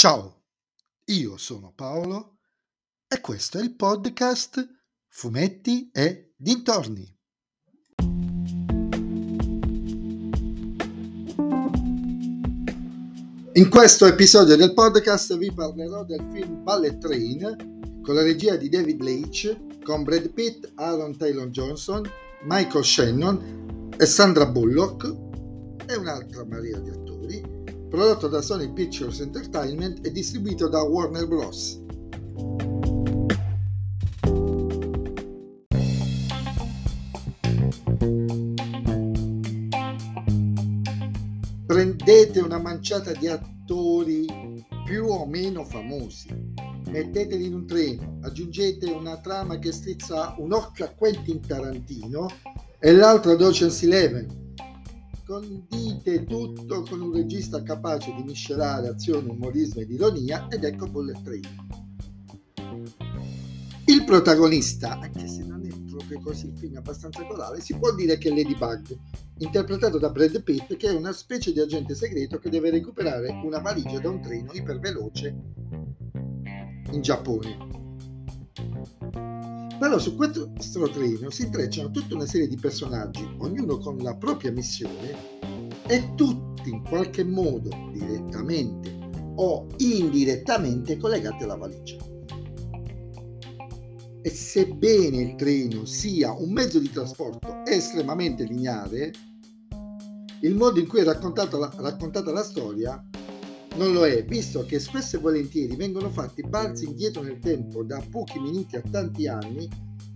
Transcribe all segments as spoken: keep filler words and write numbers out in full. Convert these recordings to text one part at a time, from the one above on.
Ciao, io sono Paolo e questo è il podcast Fumetti e Dintorni. In questo episodio del podcast vi parlerò del film Bullet Train con la regia di David Leitch, con Brad Pitt, Aaron Taylor Johnson, Michael Shannon e Sandra Bullock e un'altra marea di attori, prodotto da Sony Pictures Entertainment e distribuito da Warner Bros. Prendete una manciata di attori più o meno famosi, metteteli in un treno, aggiungete una trama che strizza un occhio a Quentin Tarantino e l'altro ad Ocean's Eleven. Condite tutto con un regista capace di miscelare azione, umorismo ed ironia ed ecco Bullet Train. Il protagonista, anche se non è proprio così, il film è abbastanza corale, si può dire che è Ladybug, interpretato da Brad Pitt, che è una specie di agente segreto che deve recuperare una valigia da un treno iperveloce in Giappone. Però su questo treno si intrecciano tutta una serie di personaggi, ognuno con la propria missione e tutti in qualche modo, direttamente o indirettamente, collegati alla valigia. E sebbene il treno sia un mezzo di trasporto estremamente lineare, il modo in cui è raccontata la, raccontata la storia non lo è, visto che spesso e volentieri vengono fatti balzi indietro nel tempo da pochi minuti a tanti anni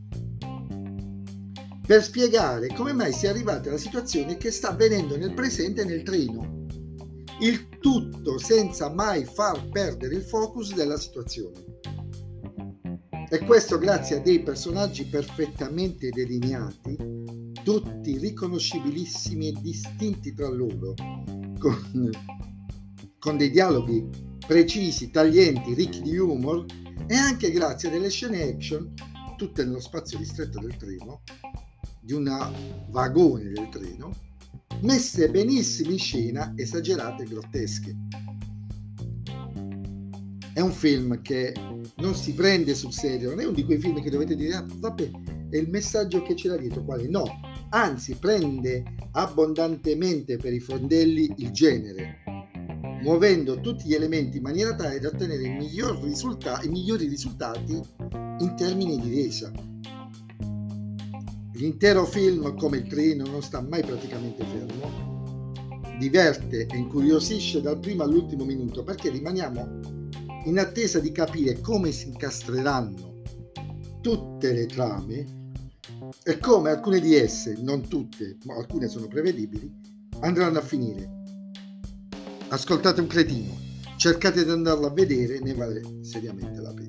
per spiegare come mai si è arrivati alla situazione che sta avvenendo nel presente nel treno, il tutto senza mai far perdere il focus della situazione. E questo grazie a dei personaggi perfettamente delineati, tutti riconoscibilissimi e distinti tra loro, con, con dei dialoghi precisi, taglienti, ricchi di humor, e anche grazie a delle scene action, tutte nello spazio ristretto del treno, di un vagone del treno, messe benissimo in scena, esagerate e grottesche. È un film che non si prende sul serio, non è uno di quei film che dovete dire ah, vabbè, è il messaggio che c'era dietro, quale no, anzi prende abbondantemente per i fondelli il genere, muovendo tutti gli elementi in maniera tale da ottenere i, miglior risulta- i migliori risultati in termini di resa. L'intero film, come il treno, non sta mai praticamente fermo, diverte e incuriosisce dal primo all'ultimo minuto, perché rimaniamo in attesa di capire come si incastreranno tutte le trame e come alcune di esse, non tutte, ma alcune sono prevedibili, andranno a finire. Ascoltate un cretino, cercate di andarlo a vedere, ne vale seriamente la pena.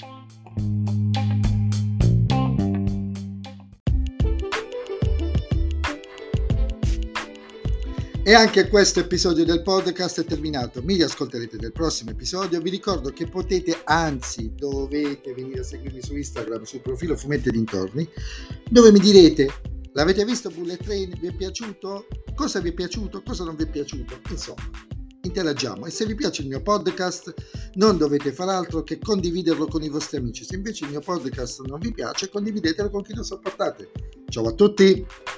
E anche questo episodio del podcast è terminato. Mi riascolterete nel prossimo episodio. Vi ricordo che potete, anzi dovete venire a seguirmi su Instagram, sul profilo Fumetti e Dintorni, dove mi direte: l'avete visto Bullet Train? Vi è piaciuto? Cosa vi è piaciuto? Cosa non vi è piaciuto? Insomma, interagiamo. E se vi piace il mio podcast, non dovete far altro che condividerlo con i vostri amici. Se invece il mio podcast non vi piace, condividetelo con chi lo sopportate. Ciao a tutti!